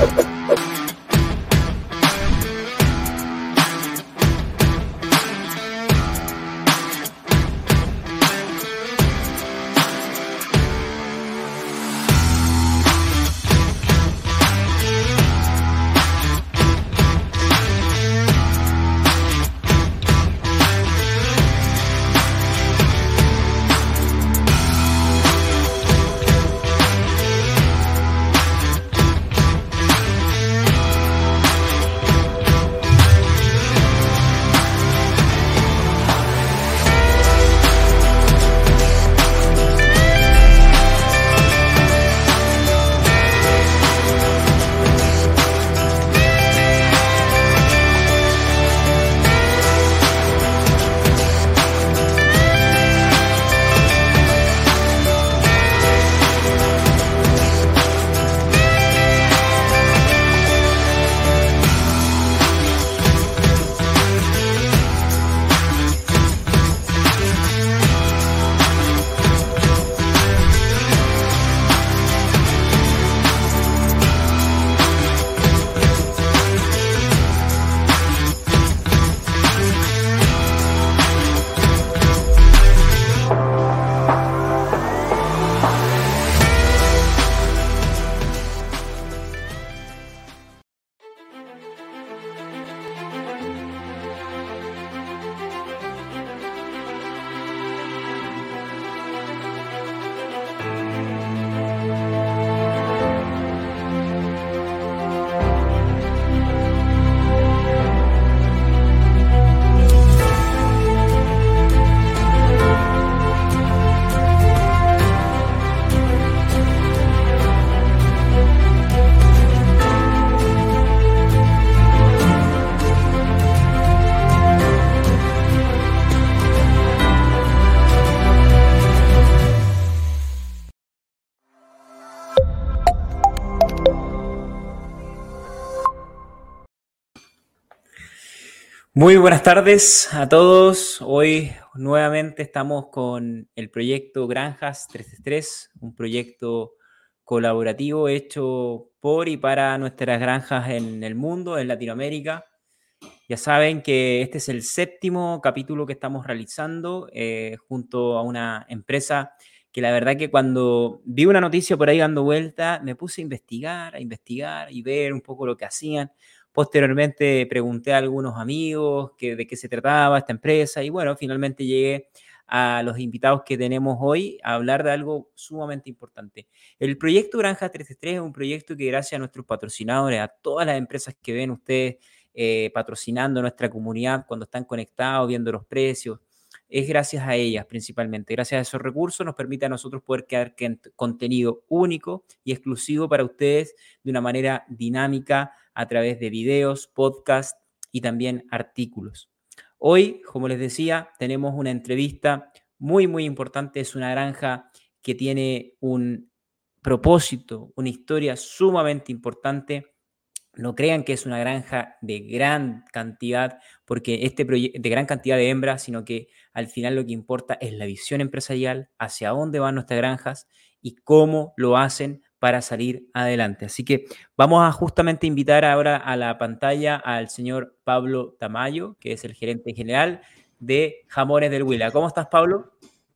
Muy buenas tardes a todos. Hoy nuevamente estamos con el proyecto Granjas 333, un proyecto colaborativo hecho por y para nuestras granjas en el mundo, en Latinoamérica. Ya saben que este es el 7º capítulo que estamos realizando junto a una empresa que la verdad que cuando vi una noticia por ahí dando vuelta, me puse a investigar y ver un poco lo que hacían. Posteriormente pregunté a algunos amigos de qué se trataba esta empresa y bueno, finalmente llegué a los invitados que tenemos hoy a hablar de algo sumamente importante. El proyecto Granja 333 es un proyecto que gracias a nuestros patrocinadores, a todas las empresas que ven ustedes patrocinando nuestra comunidad cuando están conectados, viendo los precios, es gracias a ellas principalmente. Gracias a esos recursos nos permite a nosotros poder crear contenido único y exclusivo para ustedes de una manera dinámica a través de videos, podcasts y también artículos. Hoy, como les decía, tenemos una entrevista muy, muy importante. Es una granja que tiene un propósito, una historia sumamente importante. No crean que es una granja de gran cantidad, porque de gran cantidad de hembras, sino que al final lo que importa es la visión empresarial, hacia dónde van nuestras granjas y cómo lo hacen para salir adelante. Así que vamos a justamente invitar ahora a la pantalla al señor Pablo Tamayo, que es el gerente general de Jamones del Huila. ¿Cómo estás, Pablo?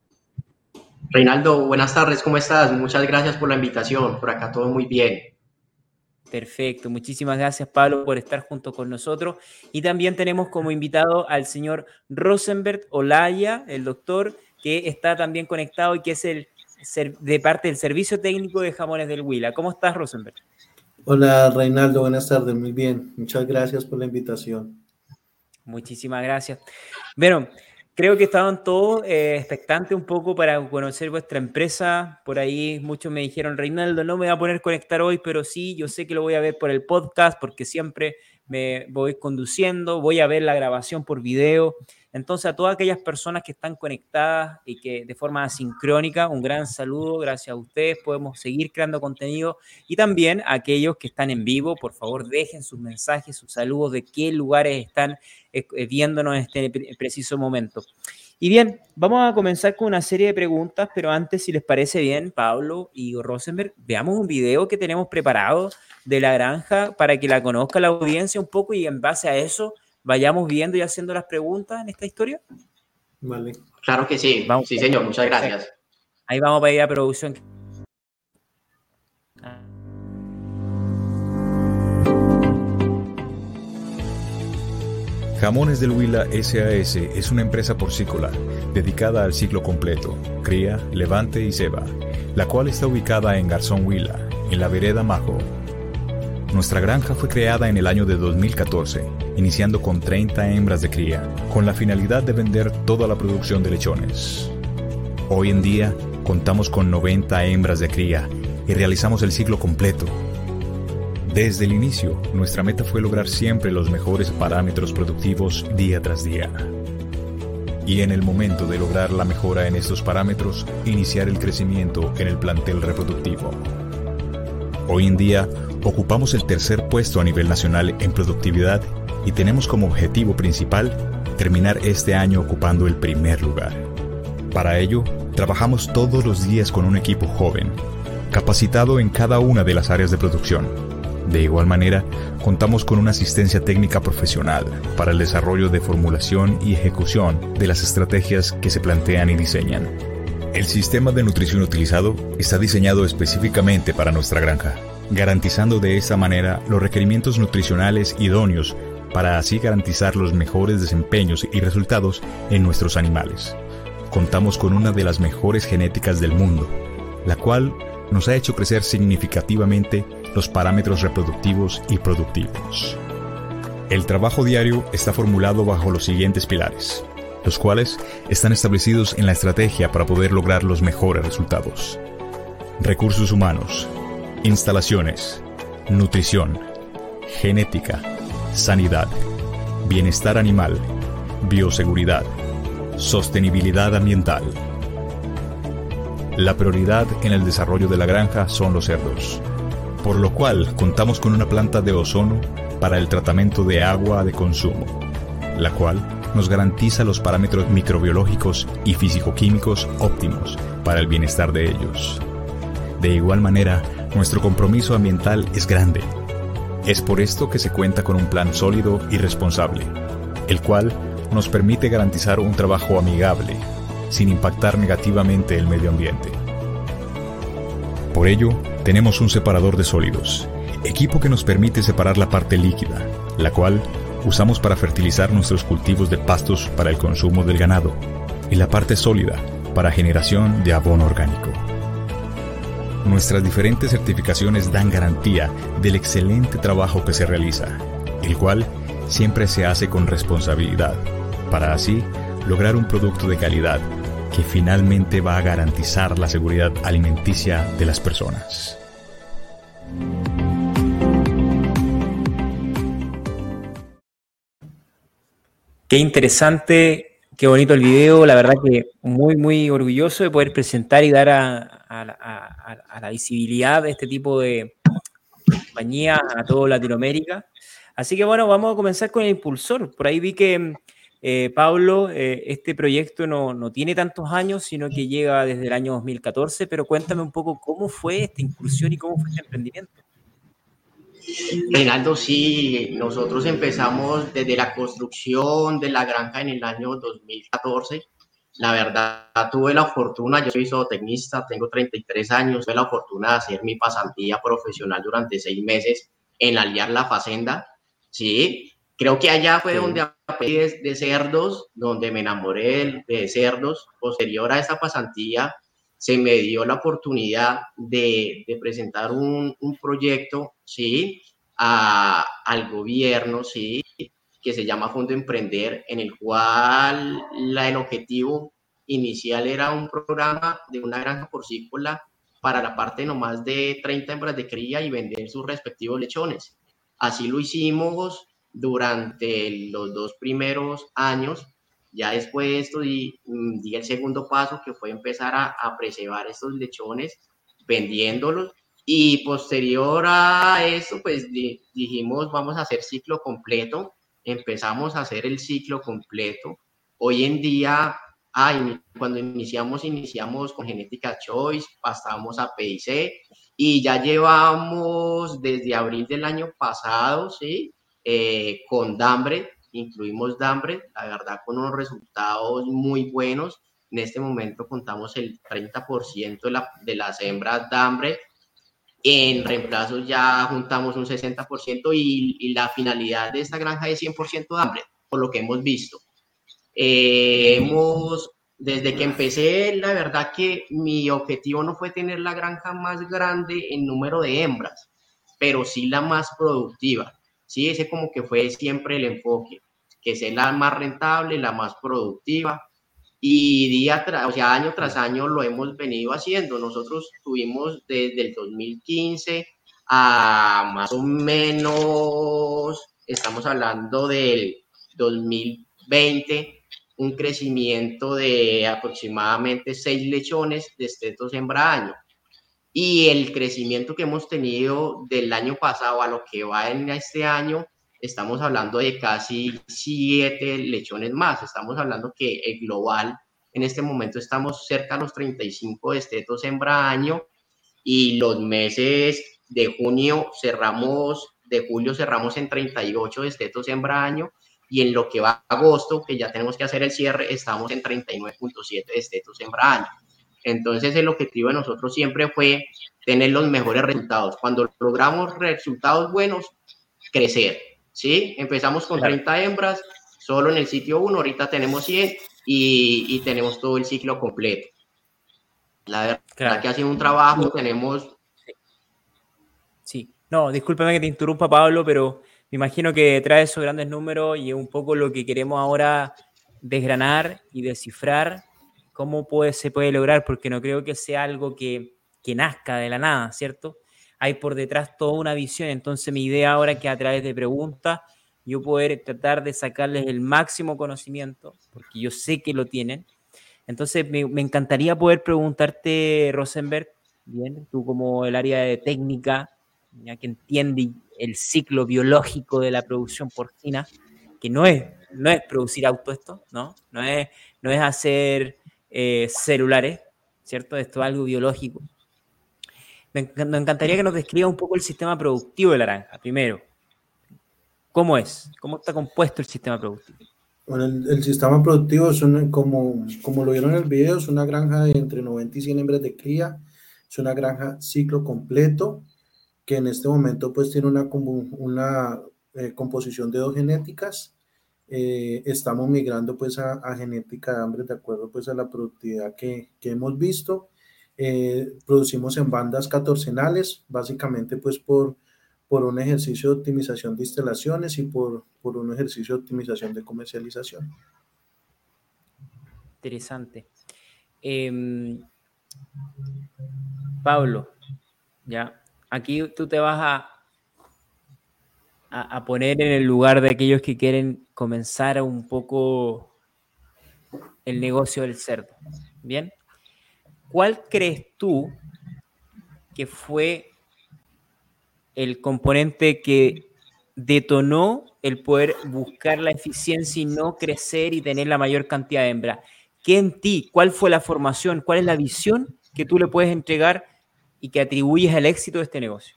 Reinaldo, buenas tardes, ¿cómo estás? Muchas gracias por la invitación, por acá todo muy bien. Perfecto, muchísimas gracias, Pablo, por estar junto con nosotros. Y también tenemos como invitado al señor Rosenberg Olaya, el doctor, que está también conectado y que es de parte del Servicio Técnico de Jamones del Huila. ¿Cómo estás, Rosenberg? Hola, Reinaldo, buenas tardes, muy bien. Muchas gracias por la invitación. Muchísimas gracias. Bueno, creo que estaban todos expectantes un poco para conocer vuestra empresa. Por ahí muchos me dijeron, Reinaldo, no me voy a poner a conectar hoy, pero sí, yo sé que lo voy a ver por el podcast porque siempre me voy conduciendo, voy a ver la grabación por video. Entonces, a todas aquellas personas que están conectadas y que de forma asincrónica, un gran saludo, gracias a ustedes, podemos seguir creando contenido. Y también a aquellos que están en vivo, por favor, dejen sus mensajes, sus saludos, de qué lugares están viéndonos en este preciso momento. Y bien, vamos a comenzar con una serie de preguntas, pero antes, si les parece bien, Pablo y Rosenberg, veamos un video que tenemos preparado de la granja para que la conozca la audiencia un poco y en base a eso vayamos viendo y haciendo las preguntas en esta historia? Vale. Claro que sí, Vamos. sí señor, muchas Perfecto. gracias. Ahí vamos a pedir a producción. Jamones del Huila S.A.S. es una empresa porcícola dedicada al ciclo completo, cría, levante y ceba, la cual está ubicada en Garzón Huila, en la vereda Majo. Nuestra granja fue creada en el año de 2014, iniciando con 30 hembras de cría, con la finalidad de vender toda la producción de lechones. Hoy en día, contamos con 90 hembras de cría y realizamos el ciclo completo. Desde el inicio, nuestra meta fue lograr siempre los mejores parámetros productivos día tras día. Y en el momento de lograr la mejora en estos parámetros, iniciar el crecimiento en el plantel reproductivo. Hoy en día, ocupamos el tercer puesto a nivel nacional en productividad y tenemos como objetivo principal terminar este año ocupando el primer lugar. Para ello, trabajamos todos los días con un equipo joven, capacitado en cada una de las áreas de producción. De igual manera, contamos con una asistencia técnica profesional para el desarrollo de formulación y ejecución de las estrategias que se plantean y diseñan. El sistema de nutrición utilizado está diseñado específicamente para nuestra granja, garantizando de esta manera los requerimientos nutricionales idóneos para así garantizar los mejores desempeños y resultados en nuestros animales. Contamos con una de las mejores genéticas del mundo, la cual nos ha hecho crecer significativamente los parámetros reproductivos y productivos. El trabajo diario está formulado bajo los siguientes pilares, los cuales están establecidos en la estrategia para poder lograr los mejores resultados. Recursos humanos, instalaciones, nutrición, genética, sanidad, bienestar animal, bioseguridad, sostenibilidad ambiental. La prioridad en el desarrollo de la granja son los cerdos, por lo cual contamos con una planta de ozono para el tratamiento de agua de consumo, la cual nos garantiza los parámetros microbiológicos y físico-químicos óptimos para el bienestar de ellos. De igual manera, nuestro compromiso ambiental es grande. Es por esto que se cuenta con un plan sólido y responsable, el cual nos permite garantizar un trabajo amigable, sin impactar negativamente el medio ambiente. Por ello, tenemos un separador de sólidos, equipo que nos permite separar la parte líquida, la cual usamos para fertilizar nuestros cultivos de pastos para el consumo del ganado, y la parte sólida para generación de abono orgánico. Nuestras diferentes certificaciones dan garantía del excelente trabajo que se realiza, el cual siempre se hace con responsabilidad, para así lograr un producto de calidad que finalmente va a garantizar la seguridad alimenticia de las personas. Qué interesante, qué bonito el video, la verdad que muy, muy orgulloso de poder presentar y dar a la visibilidad de este tipo de compañías a toda Latinoamérica. Así que bueno, vamos a comenzar con el impulsor. Por ahí vi que Pablo, este proyecto no tiene tantos años, sino que llega desde el año 2014, pero cuéntame un poco cómo fue esta incursión y cómo fue este emprendimiento. Reinaldo, sí, nosotros empezamos desde la construcción de la granja en el año 2014. La verdad, tuve la fortuna, yo soy zootecnista, tengo 33 años, tuve la fortuna de hacer mi pasantía profesional durante 6 meses en Aliar La Facenda, sí. Creo que allá fue donde aprendí de cerdos, donde me enamoré de cerdos. Posterior a esta pasantía, se me dio la oportunidad de presentar un proyecto, ¿sí? Al gobierno, ¿sí? Que se llama Fondo Emprender, en el cual el objetivo inicial era un programa de una granja porcícola para la parte no más de 30 hembras de cría y vender sus respectivos lechones. Así lo hicimos durante los 2 primeros años. Ya después de esto di el segundo paso, que fue empezar a preservar estos lechones vendiéndolos, y posterior a eso pues dijimos vamos a hacer ciclo completo. Empezamos a hacer el ciclo completo. Hoy en día, cuando iniciamos con genética choice, pasamos a PIC, y ya llevamos desde abril del año pasado, ¿sí? Con Dambre, incluimos Dambre, la verdad con unos resultados muy buenos. En este momento contamos el 30% de las hembras Dambre. En reemplazos ya juntamos un 60% y la finalidad de esta granja es 100% Dambre, por lo que hemos visto. Desde que empecé, la verdad que mi objetivo no fue tener la granja más grande en número de hembras, pero sí la más productiva. Sí, ese como que fue siempre el enfoque, que sea la más rentable, la más productiva. Y año tras año lo hemos venido haciendo. Nosotros tuvimos desde el 2015 a más o menos, estamos hablando del 2020, un crecimiento de aproximadamente 6 lechones de destetos hembra año. Y el crecimiento que hemos tenido del año pasado a lo que va en este año, estamos hablando de casi 7 lechones más. Estamos hablando que el global, en este momento estamos cerca de los 35 destetos hembra año, y los meses de julio cerramos en 38 destetos hembra año, y en lo que va a agosto, que ya tenemos que hacer el cierre, estamos en 39.7 destetos hembra año. Entonces el objetivo de nosotros siempre fue tener los mejores resultados. Cuando logramos resultados buenos, crecer, ¿sí? Empezamos con 30 hembras, solo en el sitio 1, ahorita tenemos 100 y tenemos todo el ciclo completo. La verdad que ha sido un trabajo, tenemos... Sí, no, discúlpame que te interrumpa, Pablo, pero me imagino que trae esos grandes números y es un poco lo que queremos ahora desgranar y descifrar cómo se puede lograr, porque no creo que sea algo que nazca de la nada, ¿cierto? Hay por detrás toda una visión, entonces mi idea ahora es que a través de preguntas yo poder tratar de sacarles el máximo conocimiento, porque yo sé que lo tienen. Entonces me encantaría poder preguntarte, Rosenberg, bien, tú como el área de técnica, ya que entiende el ciclo biológico de la producción porcina, que no es producir auto esto, ¿no? No es hacer celulares, ¿cierto? Esto es algo biológico. Me encantaría que nos describa un poco el sistema productivo de la granja, primero. ¿Cómo es? ¿Cómo está compuesto el sistema productivo? Bueno, el sistema productivo es como lo vieron en el video, es una granja de entre 90 y 100 hembras de cría, es una granja ciclo completo, que en este momento pues tiene una composición de 2 genéticas. Estamos migrando pues a genética de hembras de acuerdo pues a la productividad que hemos visto. Producimos en bandas catorcenales, básicamente pues por un ejercicio de optimización de instalaciones y por un ejercicio de optimización de comercialización. Interesante. Pablo, ya, aquí tú te vas a poner en el lugar de aquellos que quieren comenzar un poco el negocio del cerdo. ¿Bien? ¿Cuál crees tú que fue el componente que detonó el poder buscar la eficiencia y no crecer y tener la mayor cantidad de hembras? ¿Qué en ti? ¿Cuál fue la formación? ¿Cuál es la visión que tú le puedes entregar y que atribuyes al éxito de este negocio?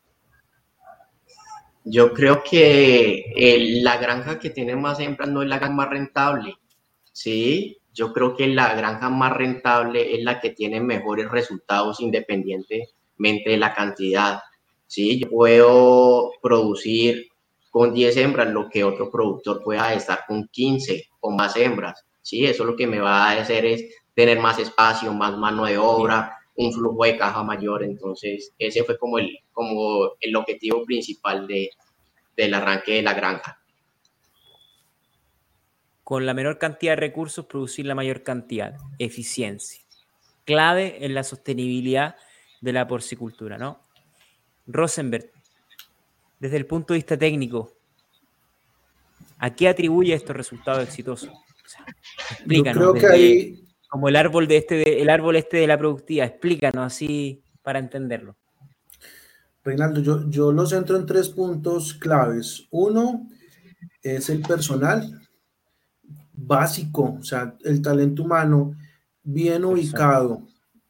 Yo creo que la granja que tiene más hembras no es la granja más rentable, ¿sí? Yo creo que la granja más rentable es la que tiene mejores resultados independientemente de la cantidad, ¿sí? Yo puedo producir con 10 hembras lo que otro productor pueda estar con 15 o más hembras, ¿sí? Eso lo que me va a hacer es tener más espacio, más mano de obra, un flujo de caja mayor. Entonces ese fue como el objetivo principal del arranque de la granja. Con la menor cantidad de recursos producir la mayor cantidad, eficiencia, clave en la sostenibilidad de la porcicultura, ¿no? Rosenberg, desde el punto de vista técnico, ¿a qué atribuye estos resultados exitosos? O sea, explícanos. Yo creo que ahí, como el árbol de la productividad, explícanos así para entenderlo. Reinaldo, yo lo centro en 3 puntos claves. Uno es el personal básico, o sea, el talento humano bien ubicado,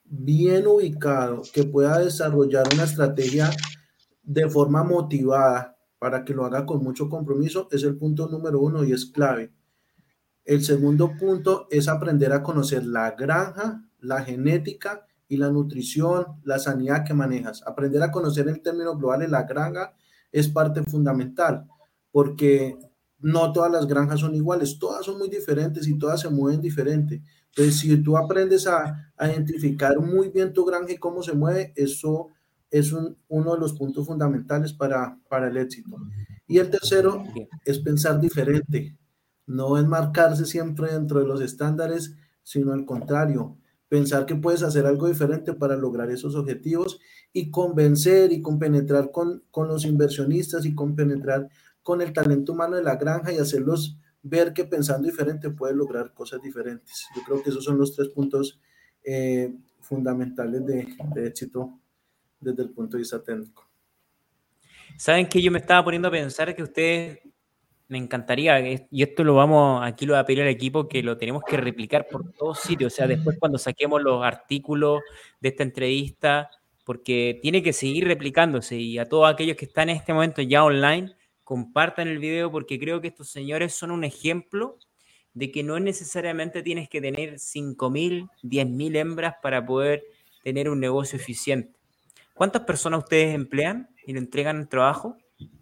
bien ubicado, que pueda desarrollar una estrategia de forma motivada para que lo haga con mucho compromiso, es el punto número uno y es clave. El segundo punto es aprender a conocer la granja, la genética y la nutrición, la sanidad que manejas. Aprender a conocer el término global de la granja es parte fundamental, porque no todas las granjas son iguales, todas son muy diferentes y todas se mueven diferente. Entonces, si tú aprendes a identificar muy bien tu granja y cómo se mueve, eso es uno de los puntos fundamentales para el éxito. Y el tercero Bien. es pensar diferente, no enmarcarse siempre dentro de los estándares, sino al contrario, pensar que puedes hacer algo diferente para lograr esos objetivos y convencer y compenetrar con los inversionistas y compenetrar con el talento humano de la granja y hacerlos ver que pensando diferente puedes lograr cosas diferentes. Yo creo que esos son los 3 puntos fundamentales de éxito desde el punto de vista técnico. ¿Saben que yo me estaba poniendo a pensar que ustedes, me encantaría, y esto lo vamos, aquí lo va a pedir al equipo, que lo tenemos que replicar por todos sitios, o sea, después cuando saquemos los artículos de esta entrevista, porque tiene que seguir replicándose, y a todos aquellos que están en este momento ya online, compartan el video, porque creo que estos señores son un ejemplo de que no necesariamente tienes que tener 5.000, 10.000 hembras para poder tener un negocio eficiente. ¿Cuántas personas ustedes emplean y le entregan el trabajo?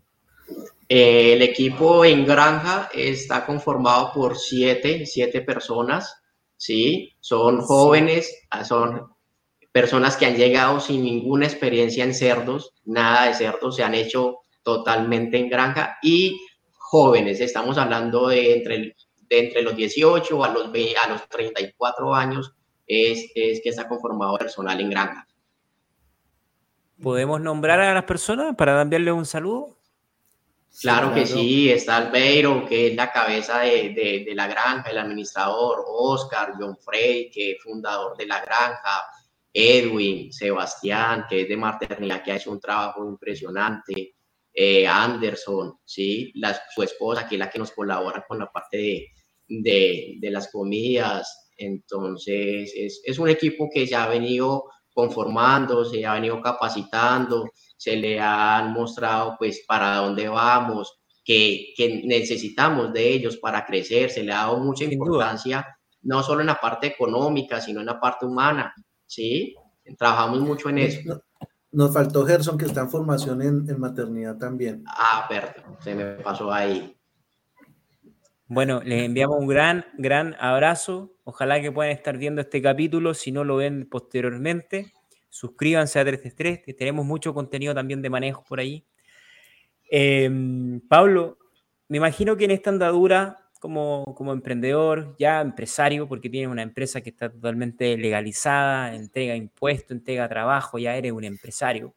El equipo en granja está conformado por siete personas, ¿sí? Son jóvenes, son personas que han llegado sin ninguna experiencia en cerdos, nada de cerdos, se han hecho totalmente en granja, y jóvenes, estamos hablando de entre los 18 a los 34 años, es que está conformado personal en granja. ¿Podemos nombrar a las personas para enviarles un saludo? Claro que sí, está Albeiro, que es la cabeza de la granja, el administrador, Oscar, John Frey, que es fundador de la granja, Edwin, Sebastián, que es de maternidad, que ha hecho un trabajo impresionante, Anderson, ¿sí? Su esposa, que es la que nos colabora con la parte de las comidas. Entonces, es un equipo que se ha venido conformando, se ha venido capacitando, se le han mostrado pues para dónde vamos, que necesitamos de ellos para crecer, se le ha dado mucha importancia, no solo en la parte económica, sino en la parte humana, ¿sí? Trabajamos mucho en eso. Nos faltó Gerson, que está en formación en maternidad también. Ah, perdón, se me pasó ahí. Bueno, les enviamos un gran abrazo. Ojalá que puedan estar viendo este capítulo. Si no lo ven posteriormente, suscríbanse a 333, que tenemos mucho contenido también de manejo por ahí. Pablo, me imagino que en esta andadura, como emprendedor, ya empresario, porque tienes una empresa que está totalmente legalizada, entrega impuestos, entrega trabajo, ya eres un empresario.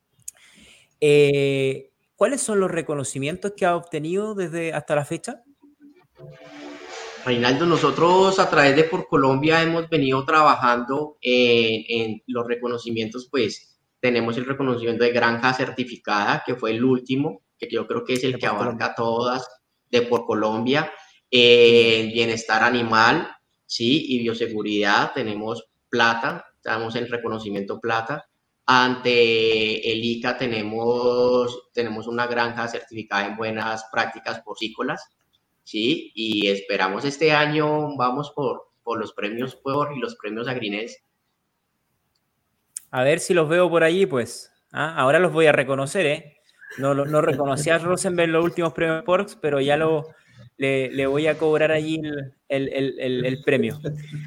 ¿Cuáles son los reconocimientos que has obtenido desde hasta la fecha? Reinaldo, nosotros a través de Por Colombia hemos venido trabajando en los reconocimientos, pues tenemos el reconocimiento de granja certificada, que fue el último, que yo creo que es el que abarca todas, de Por Colombia, bienestar animal, sí, y bioseguridad, tenemos plata, tenemos el reconocimiento plata. Ante el ICA tenemos una granja certificada en buenas prácticas porcícolas, ¿sí? Y esperamos este año, vamos por los premios y los premios Agrinés. A ver si los veo por allí, pues. Ahora los voy a reconocer, ¿eh? No reconocí a Rosenberg en los últimos premios Porks, pero ya le voy a cobrar allí el premio.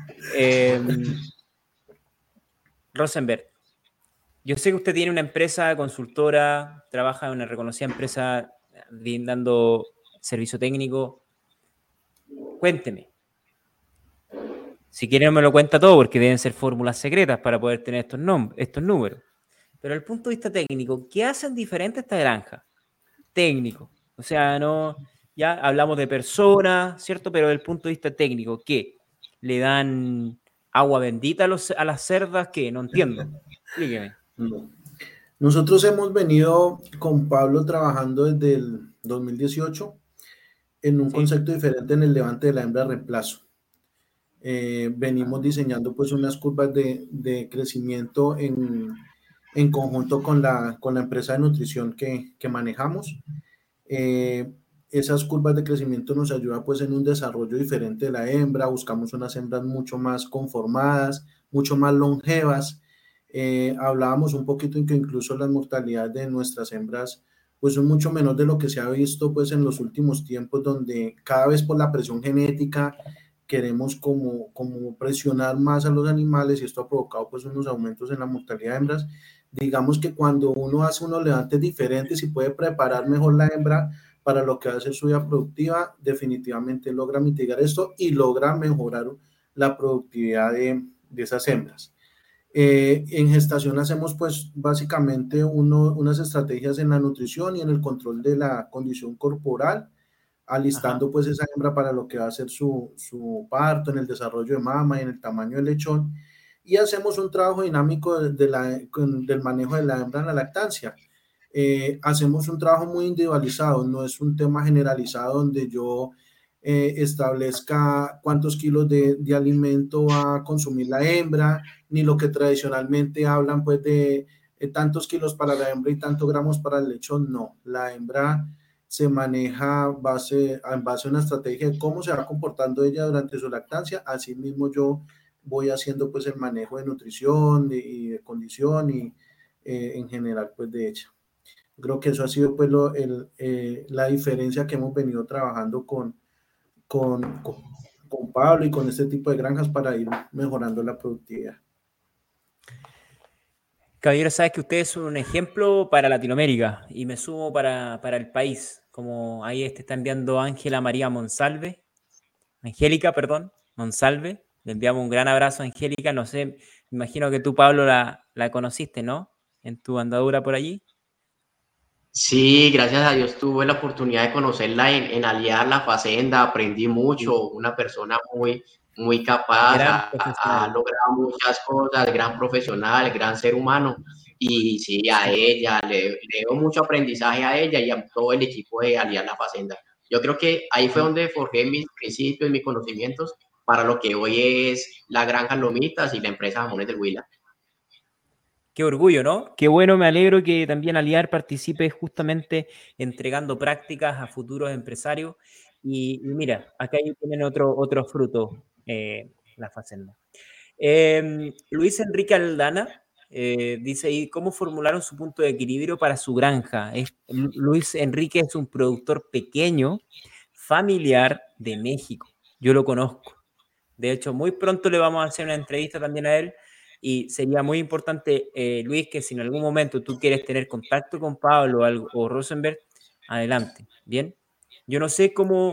Rosenberg, yo sé que usted tiene una empresa consultora, trabaja en una reconocida empresa brindando servicio técnico. Cuénteme. Si quiere no me lo cuenta todo porque deben ser fórmulas secretas para poder tener estos números. Pero desde el punto de vista técnico, ¿qué hacen diferente esta granja? Técnico. O sea, no, ya hablamos de personas, ¿cierto? Pero desde el punto de vista técnico, ¿qué? ¿Le dan agua bendita a las cerdas? ¿Qué? No entiendo. Explíqueme. No. Nosotros hemos venido con Pablo trabajando desde el 2018 en un concepto diferente en el levante de la hembra reemplazo. venimos diseñando pues unas curvas de crecimiento en conjunto con la empresa de nutrición que manejamos. Esas curvas de crecimiento nos ayudan pues en un desarrollo diferente de la hembra, buscamos unas hembras mucho más conformadas, mucho más longevas. Hablábamos un poquito en que incluso las mortalidades de nuestras hembras pues son mucho menos de lo que se ha visto pues en los últimos tiempos, donde cada vez por la presión genética queremos como presionar más a los animales, y esto ha provocado pues unos aumentos en la mortalidad de hembras. Digamos que cuando uno hace unos levantes diferentes y puede preparar mejor la hembra para lo que va a ser su vida productiva, definitivamente logra mitigar esto y logra mejorar la productividad de esas hembras. En gestación hacemos pues básicamente unas estrategias en la nutrición y en el control de la condición corporal, alistando pues esa hembra para lo que va a ser su parto, en el desarrollo de mama y en el tamaño del lechón, y hacemos un trabajo dinámico del manejo de la hembra en la lactancia. Hacemos un trabajo muy individualizado, no es un tema generalizado donde yo establezca cuántos kilos de alimento va a consumir la hembra, ni lo que tradicionalmente hablan pues de tantos kilos para la hembra y tantos gramos para el lechón. No, la hembra se maneja en base a una estrategia de cómo se va comportando ella durante su lactancia. Asimismo yo voy haciendo pues el manejo de nutrición y de condición y en general pues de ella. Creo que eso ha sido pues la diferencia que hemos venido trabajando con Pablo y con este tipo de granjas para ir mejorando la productividad. Caballero, sabes que ustedes son un ejemplo para Latinoamérica y me sumo para el país. Como ahí te está enviando Angélica Monsalve. Le enviamos un gran abrazo a Angélica. No sé, me imagino que tú, Pablo, la conociste, ¿no? En tu andadura por allí. Sí, gracias a Dios tuve la oportunidad de conocerla en Aliar La Facenda, aprendí mucho, una persona muy capaz, ha logrado muchas cosas, gran profesional, gran ser humano, y sí, a ella, le doy mucho aprendizaje a ella y a todo el equipo de Aliar La Facenda. Yo creo que ahí fue donde forjé mis principios, mis conocimientos para lo que hoy es la Granja Lomitas y la empresa Jamones del Huila. Qué orgullo, ¿no? Qué bueno, me alegro que también Aliar participe justamente entregando prácticas a futuros empresarios. Y mira, acá tienen otro fruto, la Facenda. Luis Enrique Aldana dice ahí, ¿cómo formularon su punto de equilibrio para su granja? Luis Enrique es un productor pequeño, familiar de México. Yo lo conozco. De hecho, muy pronto le vamos a hacer una entrevista también a él. Y sería muy importante, Luis, que si en algún momento tú quieres tener contacto con Pablo o Rosenberg, adelante, ¿bien? Yo no sé cómo,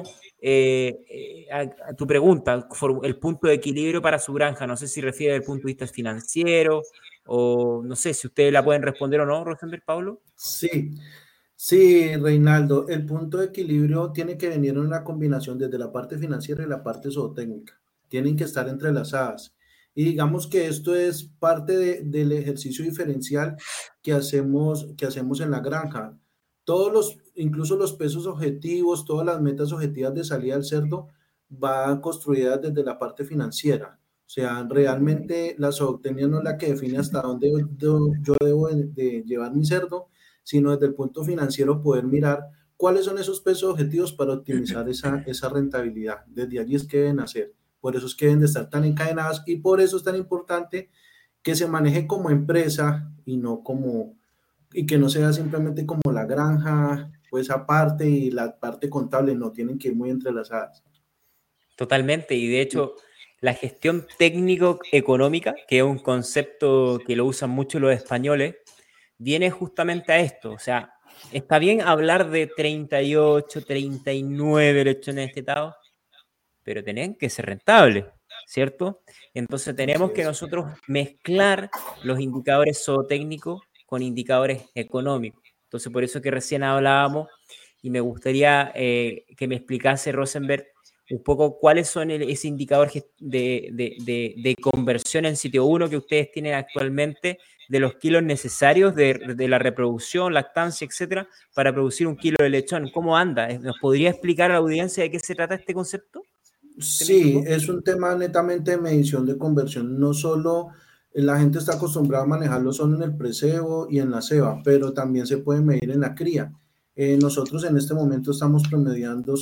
a tu pregunta, el punto de equilibrio para su granja, no sé si refiere desde el punto de vista financiero o no sé si ustedes la pueden responder o no, Rosenberg, Pablo. Sí, Reinaldo, el punto de equilibrio tiene que venir en una combinación desde la parte financiera y la parte zootécnica. Tienen que estar entrelazadas. Y digamos que esto es parte del ejercicio diferencial que hacemos en la granja. Incluso los pesos objetivos, todas las metas objetivas de salida del cerdo van construidas desde la parte financiera. O sea, realmente la zootecnia no es la que define hasta dónde yo debo de llevar mi cerdo, sino desde el punto financiero poder mirar cuáles son esos pesos objetivos para optimizar esa rentabilidad. Desde allí es que deben hacer. Por eso es que deben de estar tan encadenadas y por eso es tan importante que se maneje como empresa y que no sea simplemente como la granja, pues aparte, y la parte contable, no, tienen que ir muy entrelazadas. Totalmente, y de hecho la gestión técnico-económica, que es un concepto que lo usan mucho los españoles, viene justamente a esto. O sea, está bien hablar de 38, 39 lechones destetados, pero tienen que ser rentables, ¿cierto? Entonces tenemos que nosotros mezclar los indicadores zootécnicos con indicadores económicos. Entonces por eso que recién hablábamos y me gustaría que me explicase Rosenberg un poco cuáles son ese indicador de conversión en sitio 1 que ustedes tienen actualmente de los kilos necesarios de la reproducción, lactancia, etcétera, para producir un kilo de lechón. ¿Cómo anda? ¿Nos podría explicar a la audiencia de qué se trata este concepto? Sí, es un tema netamente de medición de conversión. No solo la gente está acostumbrada a manejarlo solo en el precebo y en la ceba, pero también se puede medir en la cría. Nosotros en este momento estamos promediando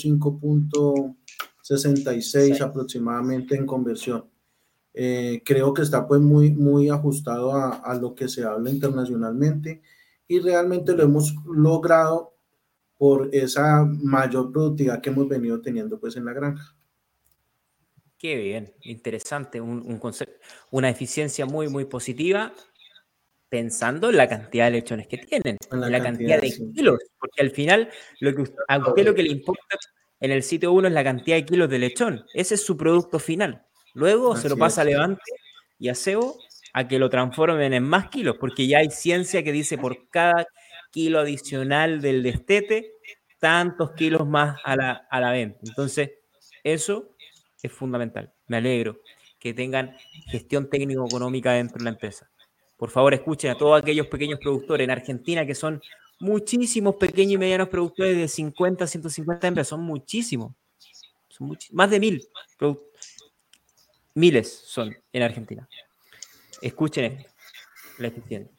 5.66 aproximadamente en conversión. Creo que está pues muy ajustado a lo que se habla internacionalmente y realmente lo hemos logrado por esa mayor productividad que hemos venido teniendo pues en la granja. Qué bien, interesante, un concepto, una eficiencia muy positiva, pensando en la cantidad de lechones que tienen, en la cantidad de Sí. kilos, porque al final a usted lo que le importa en el sitio 1 es la cantidad de kilos de lechón, ese es su producto final. Luego se lo pasa a Levante y a Sebo a que lo transformen en más kilos, porque ya hay ciencia que dice por cada kilo adicional del destete, tantos kilos más a la venta. Entonces, eso es fundamental. Me alegro que tengan gestión técnico-económica dentro de la empresa. Por favor, escuchen a todos aquellos pequeños productores en Argentina, que son muchísimos pequeños y medianos productores de 50 a 150 hembras, son muchísimos. Más de 1000. Miles son en Argentina. Escuchen esto, la eficiencia.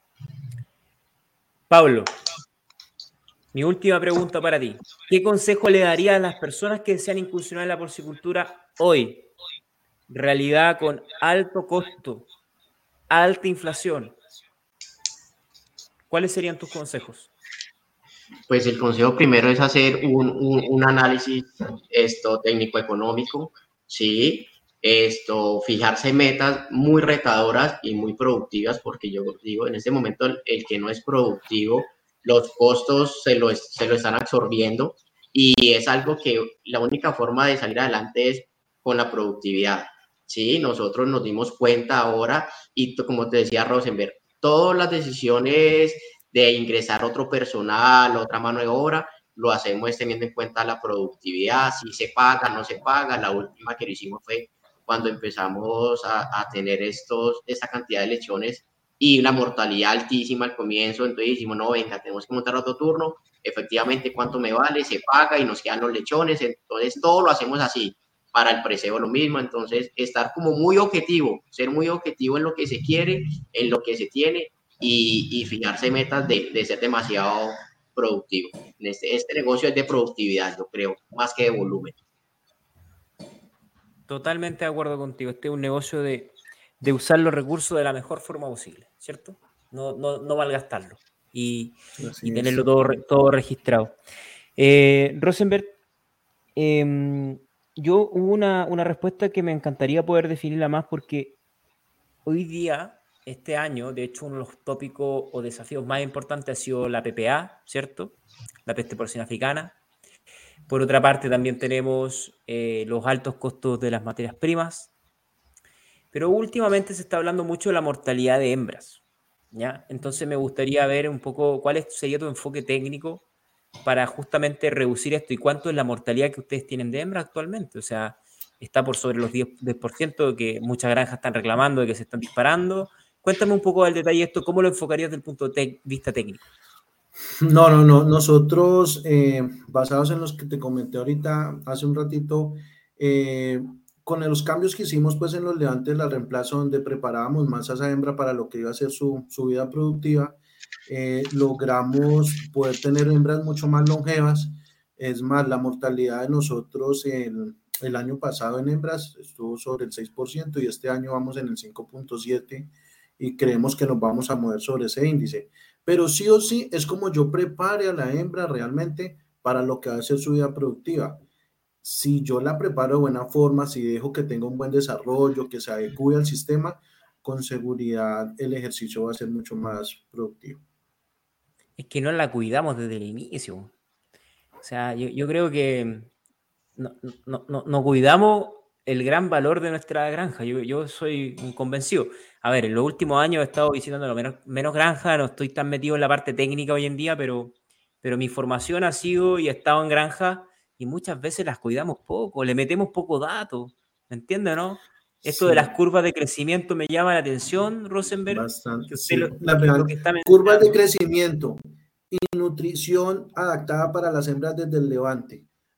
Pablo, mi última pregunta para ti. ¿Qué consejo le darías a las personas que desean incursionar en la porcicultura hoy? Realidad con alto costo, alta inflación. ¿Cuáles serían tus consejos? Pues el consejo primero es hacer un análisis técnico-económico, ¿sí? Fijarse metas muy retadoras y muy productivas, porque yo digo, en este momento el que no es productivo, los costos se lo están absorbiendo y es algo que la única forma de salir adelante es con la productividad, ¿sí? Nosotros nos dimos cuenta ahora y como te decía Rosenberg, todas las decisiones de ingresar otro personal, otra mano de obra, lo hacemos teniendo en cuenta la productividad, si se paga, no se paga. La última que lo hicimos fue cuando empezamos a tener esta cantidad de lechones y la mortalidad altísima al comienzo, entonces dijimos, no, venga, tenemos que montar otro turno, efectivamente cuánto me vale, se paga y nos quedan los lechones, entonces todo lo hacemos así. Para el preseo lo mismo, entonces estar como muy objetivo, ser muy objetivo en lo que se quiere, en lo que se tiene y fijarse metas de ser demasiado productivo. Este negocio es de productividad, yo creo, más que de volumen. Totalmente de acuerdo contigo. Este es un negocio de usar los recursos de la mejor forma posible, ¿cierto? No malgastarlo y tenerlo todo registrado. Rosenberg, yo hubo una respuesta que me encantaría poder definirla más porque hoy día, este año, de hecho, uno de los tópicos o desafíos más importantes ha sido la PPA, ¿cierto? La peste porcina africana. Por otra parte, también tenemos los altos costos de las materias primas. Pero últimamente se está hablando mucho de la mortalidad de hembras, ¿ya? Entonces me gustaría ver un poco cuál sería tu enfoque técnico para justamente reducir esto y cuánto es la mortalidad que ustedes tienen de hembras actualmente. O sea, está por sobre los 10% que muchas granjas están reclamando de que se están disparando. Cuéntame un poco del detalle de esto, ¿cómo lo enfocarías desde el punto de vista técnico? No. Nosotros, basados en los que te comenté ahorita, hace un ratito, con los cambios que hicimos pues en los levantes de la reemplazo, donde preparábamos más a esa hembra para lo que iba a ser su vida productiva, logramos poder tener hembras mucho más longevas. Es más, la mortalidad de nosotros el año pasado en hembras estuvo sobre el 6% y este año vamos en el 5.7% y creemos que nos vamos a mover sobre ese índice. Pero sí o sí es como yo prepare a la hembra realmente para lo que va a ser su vida productiva. Si yo la preparo de buena forma, si dejo que tenga un buen desarrollo, que se adecue al sistema, con seguridad el ejercicio va a ser mucho más productivo. Es que no la cuidamos desde el inicio. O sea, yo creo que no cuidamos el gran valor de nuestra granja. Yo soy un convencido. A ver, en los últimos años he estado visitando menos granja, no estoy tan metido en la parte técnica hoy en día, pero mi formación ha sido y he estado en granja y muchas veces las cuidamos poco, le metemos poco dato, ¿me entiende, no? Esto de las curvas de crecimiento me llama la atención, Rosenberg. Bastante, Que usted sí. lo que está Curvas de crecimiento y nutrición adaptada para las hembras desde el levante.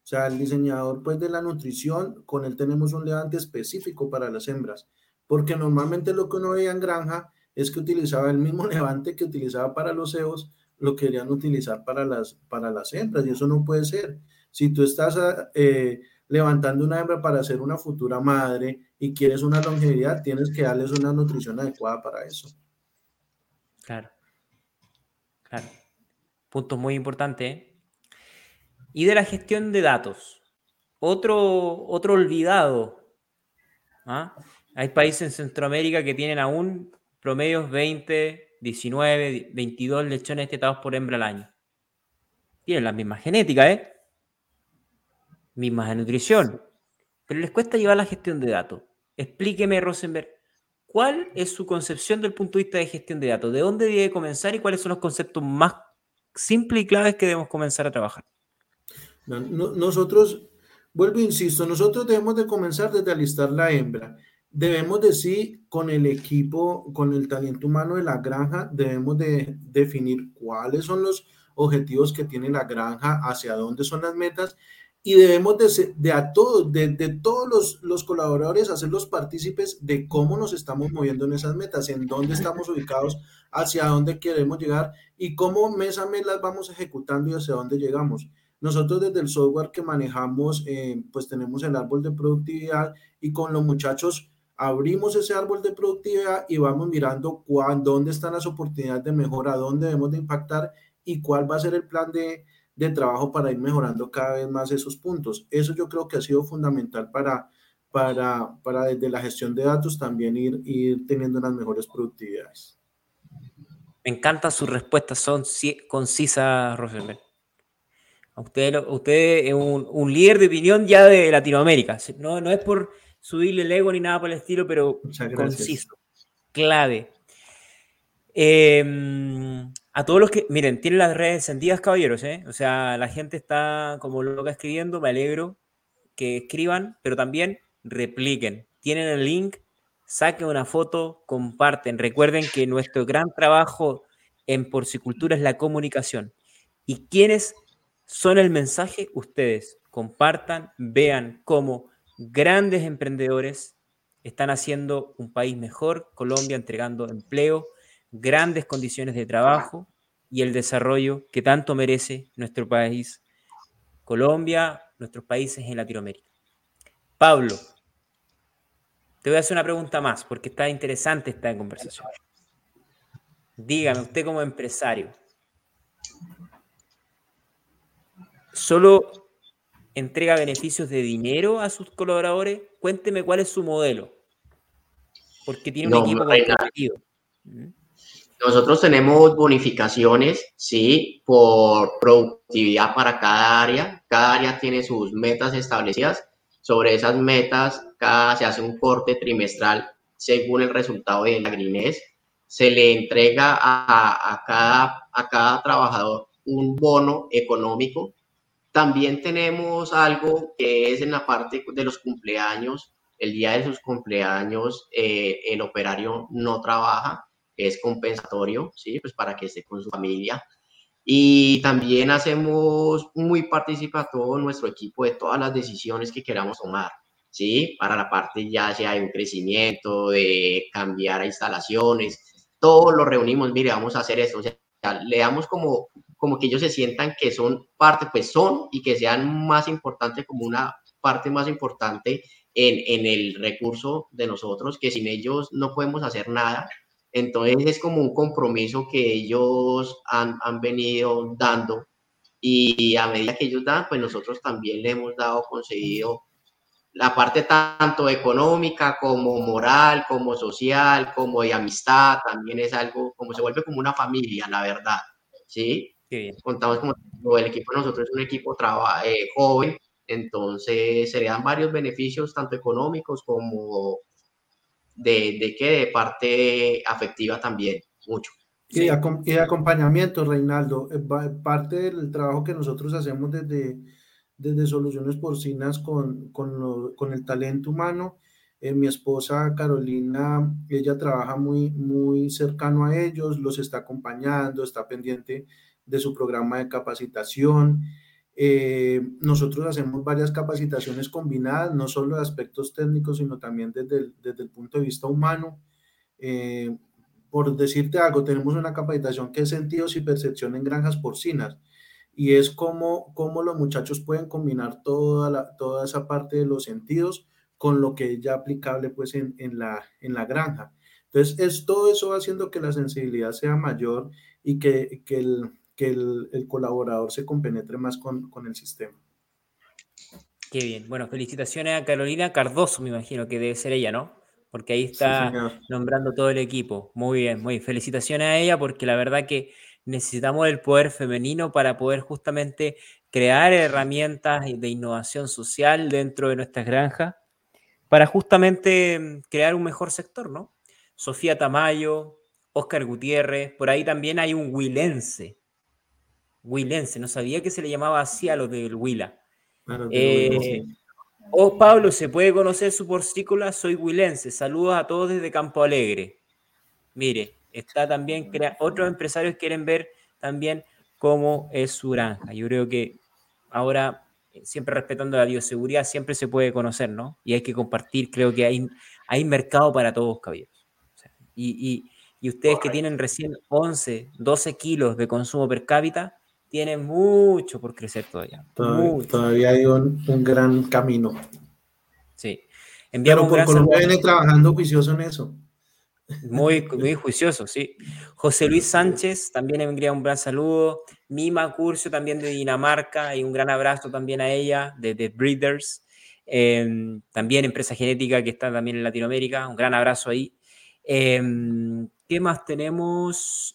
sea, el diseñador pues de la nutrición, con él tenemos un levante específico para las hembras, porque normalmente lo que uno veía en granja es que utilizaba el mismo levante que utilizaba para los cebos, lo querían utilizar para las hembras, y eso no puede ser. Si tú estás levantando una hembra para ser una futura madre y quieres una longevidad, tienes que darles una nutrición adecuada para eso. Claro, claro. Punto muy importante. Y de la gestión de datos. Otro olvidado. ¿Ah? Hay países en Centroamérica que tienen aún promedios 20, 19, 22 lechones destetados por hembra al año. Tienen las mismas genéticas, mismas de nutrición, pero les cuesta llevar la gestión de datos. Explíqueme, Rosenberg, ¿cuál es su concepción del punto de vista de gestión de datos? ¿De dónde debe comenzar y cuáles son los conceptos más simples y claves que debemos comenzar a trabajar? Nosotros, vuelvo e insisto, nosotros debemos de comenzar desde alistar la hembra. Debemos decir con el equipo, con el talento humano de la granja, debemos de definir cuáles son los objetivos que tiene la granja, hacia dónde son las metas, y debemos de todos los colaboradores hacerlos partícipes de cómo nos estamos moviendo en esas metas, en dónde estamos ubicados, hacia dónde queremos llegar y cómo mes a mes las vamos ejecutando y hacia dónde llegamos. Nosotros desde el software que manejamos, pues tenemos el árbol de productividad, y con los muchachos abrimos ese árbol de productividad y vamos mirando dónde están las oportunidades de mejora, dónde debemos de impactar y cuál va a ser el plan de trabajo para ir mejorando cada vez más esos puntos. Eso yo creo que ha sido fundamental para desde la gestión de datos también ir teniendo unas mejores productividades. Me encantan sus respuestas, son concisas, Rosenberg. Usted es un líder de opinión ya de Latinoamérica. No es por subirle el ego ni nada por el estilo, pero conciso, clave. A todos los que, miren, tienen las redes encendidas, caballeros, o sea, la gente está como loca escribiendo, me alegro que escriban, pero también repliquen. Tienen el link, saquen una foto, comparten. Recuerden que nuestro gran trabajo en porcicultura es la comunicación. ¿Y quiénes son el mensaje? Ustedes. Compartan, vean cómo grandes emprendedores están haciendo un país mejor, Colombia entregando empleo, grandes condiciones de trabajo y el desarrollo que tanto merece nuestro país, Colombia, nuestros países en Latinoamérica. Pablo, te voy a hacer una pregunta más porque está interesante esta conversación. Dígame, usted como empresario, ¿solo entrega beneficios de dinero a sus colaboradores? Cuénteme cuál es su modelo, porque tiene un equipo comprometido. Nosotros tenemos bonificaciones, sí, por productividad para cada área. Cada área tiene sus metas establecidas. Sobre esas metas, se hace un corte trimestral según el resultado de la Grinés. Se le entrega a cada trabajador un bono económico. También tenemos algo que es en la parte de los cumpleaños. El día de sus cumpleaños, el operario no trabaja, es compensatorio, ¿sí? Pues para que esté con su familia. Y también hacemos muy participativo nuestro equipo de todas las decisiones que queramos tomar, ¿sí? Para la parte ya sea de un crecimiento, de cambiar a instalaciones, todo lo reunimos, mire, vamos a hacer esto, o sea, le damos como que ellos se sientan que son parte, pues son, y que sean más importantes, como una parte más importante en el recurso de nosotros, que sin ellos no podemos hacer nada. Entonces es como un compromiso que ellos han venido dando, y a medida que ellos dan, pues nosotros también le hemos dado, concedido la parte tanto económica como moral, como social, como de amistad. También es algo, como se vuelve como una familia, la verdad, ¿sí? Contamos como el equipo de nosotros es un equipo joven, entonces se le dan varios beneficios, tanto económicos como de parte afectiva también, mucho. Y de acompañamiento, Reinaldo, parte del trabajo que nosotros hacemos desde Soluciones Porcinas con el talento humano. Mi esposa Carolina, ella trabaja muy cercano a ellos, los está acompañando, está pendiente de su programa de capacitación. Nosotros hacemos varias capacitaciones combinadas, no solo de aspectos técnicos, sino también desde el punto de vista humano. Por decirte algo, tenemos una capacitación que es sentidos y percepción en granjas porcinas, y es cómo los muchachos pueden combinar toda esa parte de los sentidos con lo que es ya aplicable pues en la granja. Entonces, todo eso va haciendo que la sensibilidad sea mayor y que el colaborador se compenetre más con el sistema. Qué bien. Bueno, felicitaciones a Carolina Cardoso, me imagino que debe ser ella, ¿no? Porque ahí Sí, está señor. nombrando todo el equipo. Muy bien, muy bien. Felicitaciones a ella porque la verdad que necesitamos el poder femenino para poder justamente crear herramientas de innovación social dentro de nuestras granjas para justamente crear un mejor sector, ¿no? Sofía Tamayo, Oscar Gutiérrez, por ahí también hay un huilense. Huilense, no sabía que se le llamaba así a los del Huila. Claro, del Huila, Eh, sí. Pablo, ¿se puede conocer su porcícola? Soy huilense. Saludos a todos desde Campo Alegre. Mire, está también, otros empresarios quieren ver también cómo es su granja. Yo creo que ahora, siempre respetando la bioseguridad, siempre se puede conocer, ¿no? Y hay que compartir, creo que hay mercado para todos, caballeros. O sea, y ustedes que tienen recién 11, 12 kilos de consumo per cápita, tienen mucho por crecer todavía. Mucho. Todavía hay un gran camino. Sí. Pero Enviamos un por gran saludo. Colombia viene trabajando juicioso en eso. Muy, muy juicioso, sí. José Luis Sánchez, también envía un gran saludo. Mima Curcio, también de Dinamarca, y un gran abrazo también a ella, de The Breeders. También empresa genética que está también en Latinoamérica, un gran abrazo ahí. ¿Qué más tenemos?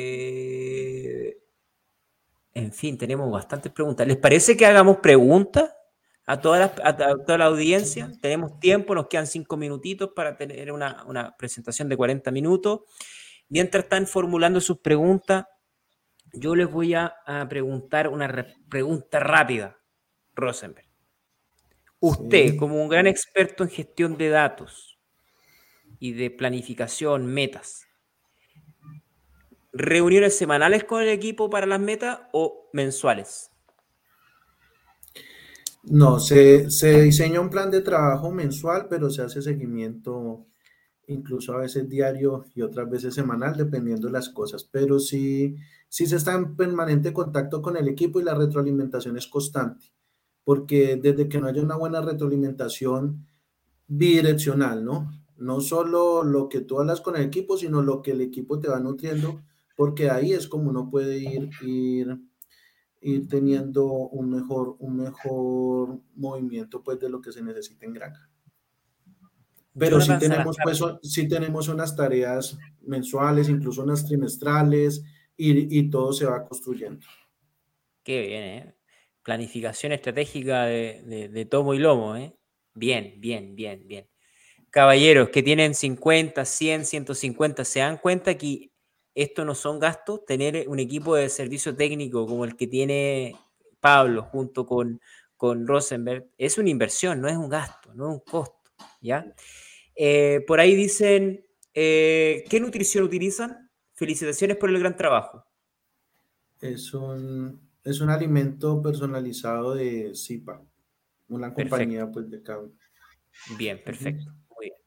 En fin, tenemos bastantes preguntas. ¿Les parece que hagamos preguntas a toda la audiencia? Tenemos tiempo, nos quedan 5 minutitos para tener una presentación de 40 minutos. Mientras están formulando sus preguntas, yo les voy a preguntar una pregunta rápida, Rosenberg. Usted, Sí. como un gran experto en gestión de datos y de planificación, metas, ¿reuniones semanales con el equipo para las metas o mensuales? No, se diseña un plan de trabajo mensual, pero se hace seguimiento incluso a veces diario y otras veces semanal, dependiendo de las cosas. Pero sí se está en permanente contacto con el equipo y la retroalimentación es constante, porque desde que no haya una buena retroalimentación bidireccional, ¿no? No solo lo que tú hablas con el equipo, sino lo que el equipo te va nutriendo, porque ahí es como uno puede ir teniendo un mejor movimiento pues de lo que se necesita en granja. Pero Jonathan Salazar. sí tenemos unas tareas mensuales, incluso unas trimestrales, y todo se va construyendo. Qué bien, ¿eh? Planificación estratégica de tomo y lomo, ¿eh? Bien, bien, bien, bien. Caballeros que tienen 50, 100, 150, ¿se dan cuenta que esto no son gastos? Tener un equipo de servicio técnico como el que tiene Pablo junto con Rosenberg es una inversión, no es un gasto, no es un costo, ¿ya? Por ahí dicen, ¿qué nutrición utilizan? Felicitaciones por el gran trabajo. Es un alimento personalizado de Zipa, una Perfecto, compañía pues de cable. bien, Ujú. perfecto, muy bien.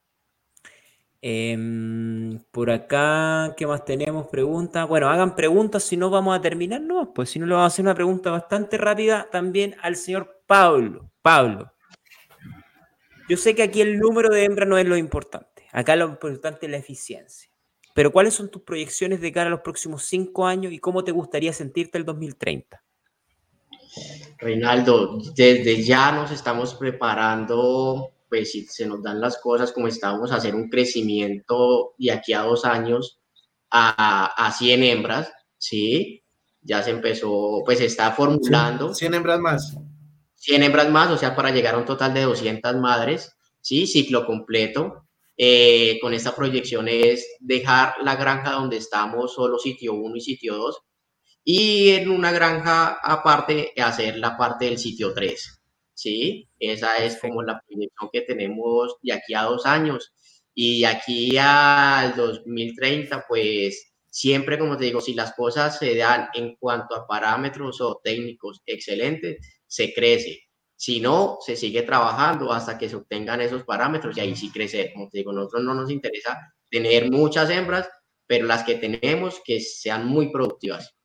Por acá, ¿qué más tenemos? Preguntas. Bueno, hagan preguntas, si no vamos a terminar, no, pues si no le vamos a hacer una pregunta bastante rápida también al señor Pablo. Pablo, yo sé que aquí el número de hembras no es lo importante, acá lo importante es la eficiencia. Pero ¿cuáles son tus proyecciones de cara a los próximos 5 años y cómo te gustaría sentirte el 2030? Reinaldo, desde ya nos estamos preparando, pues si se nos dan las cosas como estábamos, a hacer un crecimiento de aquí a 2 años a 100 hembras, ¿sí? Ya se empezó, pues se está 100, formulando 100 hembras más. 100 hembras más, o sea, para llegar a un total de 200 madres, ¿sí? Ciclo completo. Con esta proyección es dejar la granja donde estamos, solo sitio 1 y sitio 2, y en una granja aparte hacer la parte del sitio 3, ¿sí? Esa es como Perfecto. la proyección que tenemos de aquí a 2 años. Y de aquí al 2030, pues siempre, como te digo, si las cosas se dan en cuanto a parámetros o técnicos excelentes, se crece. Si no, se sigue trabajando hasta que se obtengan esos parámetros y ahí sí crecer. Como te digo, a nosotros no nos interesa tener muchas hembras, pero las que tenemos que sean muy productivas.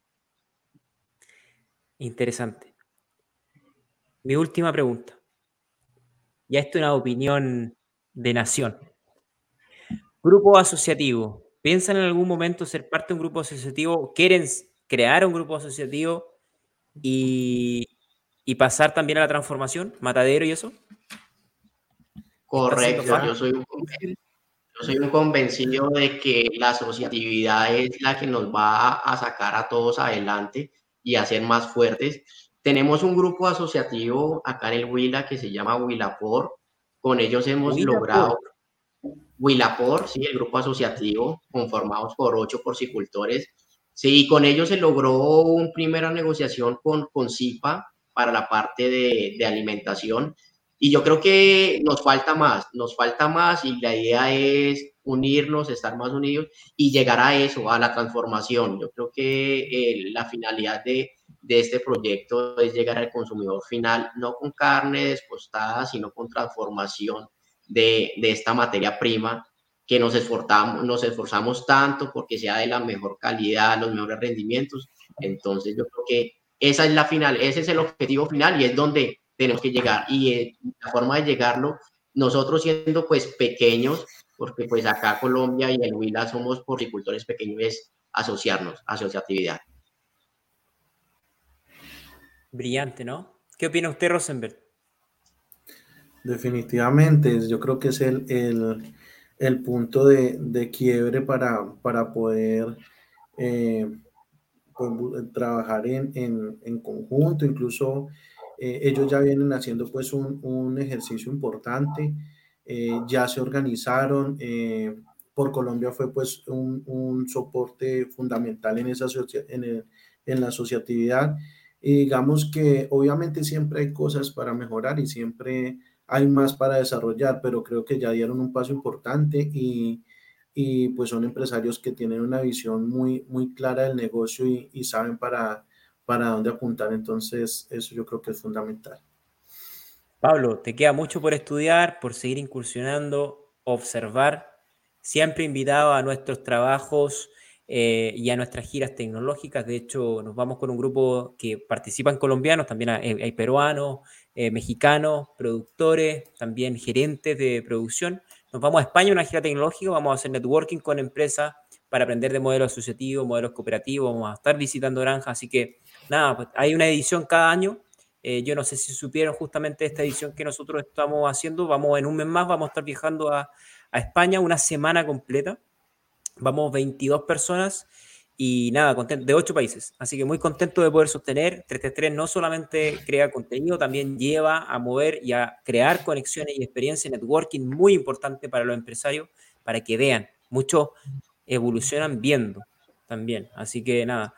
Interesante. Mi última pregunta. Ya esto es una opinión de nación. Grupo asociativo. ¿Piensan en algún momento ser parte de un grupo asociativo? ¿Quieren crear un grupo asociativo y pasar también a la transformación, matadero y eso? ¿Está haciendo Correcto, falta? yo soy un convencido de que la asociatividad es la que nos va a sacar a todos adelante y a ser más fuertes. Tenemos un grupo asociativo acá en el Huila que se llama Huilapor. Con ellos hemos Huila por. logrado Huilapor, sí, el grupo asociativo, conformados por 8 porcicultores. Sí, con ellos se logró una primera negociación con CIPA para la parte de alimentación. Y yo creo que nos falta más y la idea es unirnos, estar más unidos y llegar a eso, a la transformación. Yo creo que la finalidad de este proyecto es llegar al consumidor final, no con carne despostada, sino con transformación de esta materia prima que nos esforzamos tanto porque sea de la mejor calidad, los mejores rendimientos. Entonces yo creo que esa es la final, ese es el objetivo final y es donde tenemos que llegar. Y la forma de llegarlo, nosotros siendo pues pequeños, porque pues acá Colombia y el Huila somos porcicultores pequeños, es asociarnos, asociatividad. Brillante, ¿no? ¿Qué opina usted, Rosenberg? Definitivamente, yo creo que es el punto de quiebre para poder eh, pues, trabajar en conjunto. Incluso ellos ya vienen haciendo pues un ejercicio importante, ya se organizaron. Por Colombia fue pues un soporte fundamental en, esa en la asociatividad. Y digamos que obviamente siempre hay cosas para mejorar y siempre hay más para desarrollar, pero creo que ya dieron un paso importante y pues son empresarios que tienen una visión muy clara del negocio y saben para dónde apuntar. Entonces, eso yo creo que es fundamental. Pablo, te queda mucho por estudiar, por seguir incursionando, observar. Siempre invitado a nuestros trabajos y a nuestras giras tecnológicas. De hecho, nos vamos con un grupo que participan colombianos, también hay peruanos, mexicanos, productores, también gerentes de producción. Nos vamos a España, una gira tecnológica, vamos a hacer networking con empresas para aprender de modelos asociativos, modelos cooperativos, vamos a estar visitando granjas. Así que, nada, pues, hay una edición cada año. Yo no sé si supieron justamente esta edición que nosotros estamos haciendo. Vamos en un mes más, vamos a estar viajando a España una semana completa. Vamos 22 personas y nada, de 8 países. Así que muy contento de poder sostener. 333 no solamente crea contenido, también lleva a mover y a crear conexiones y experiencia networking muy importante para los empresarios, para que vean. Muchos evolucionan viendo también. Así que nada.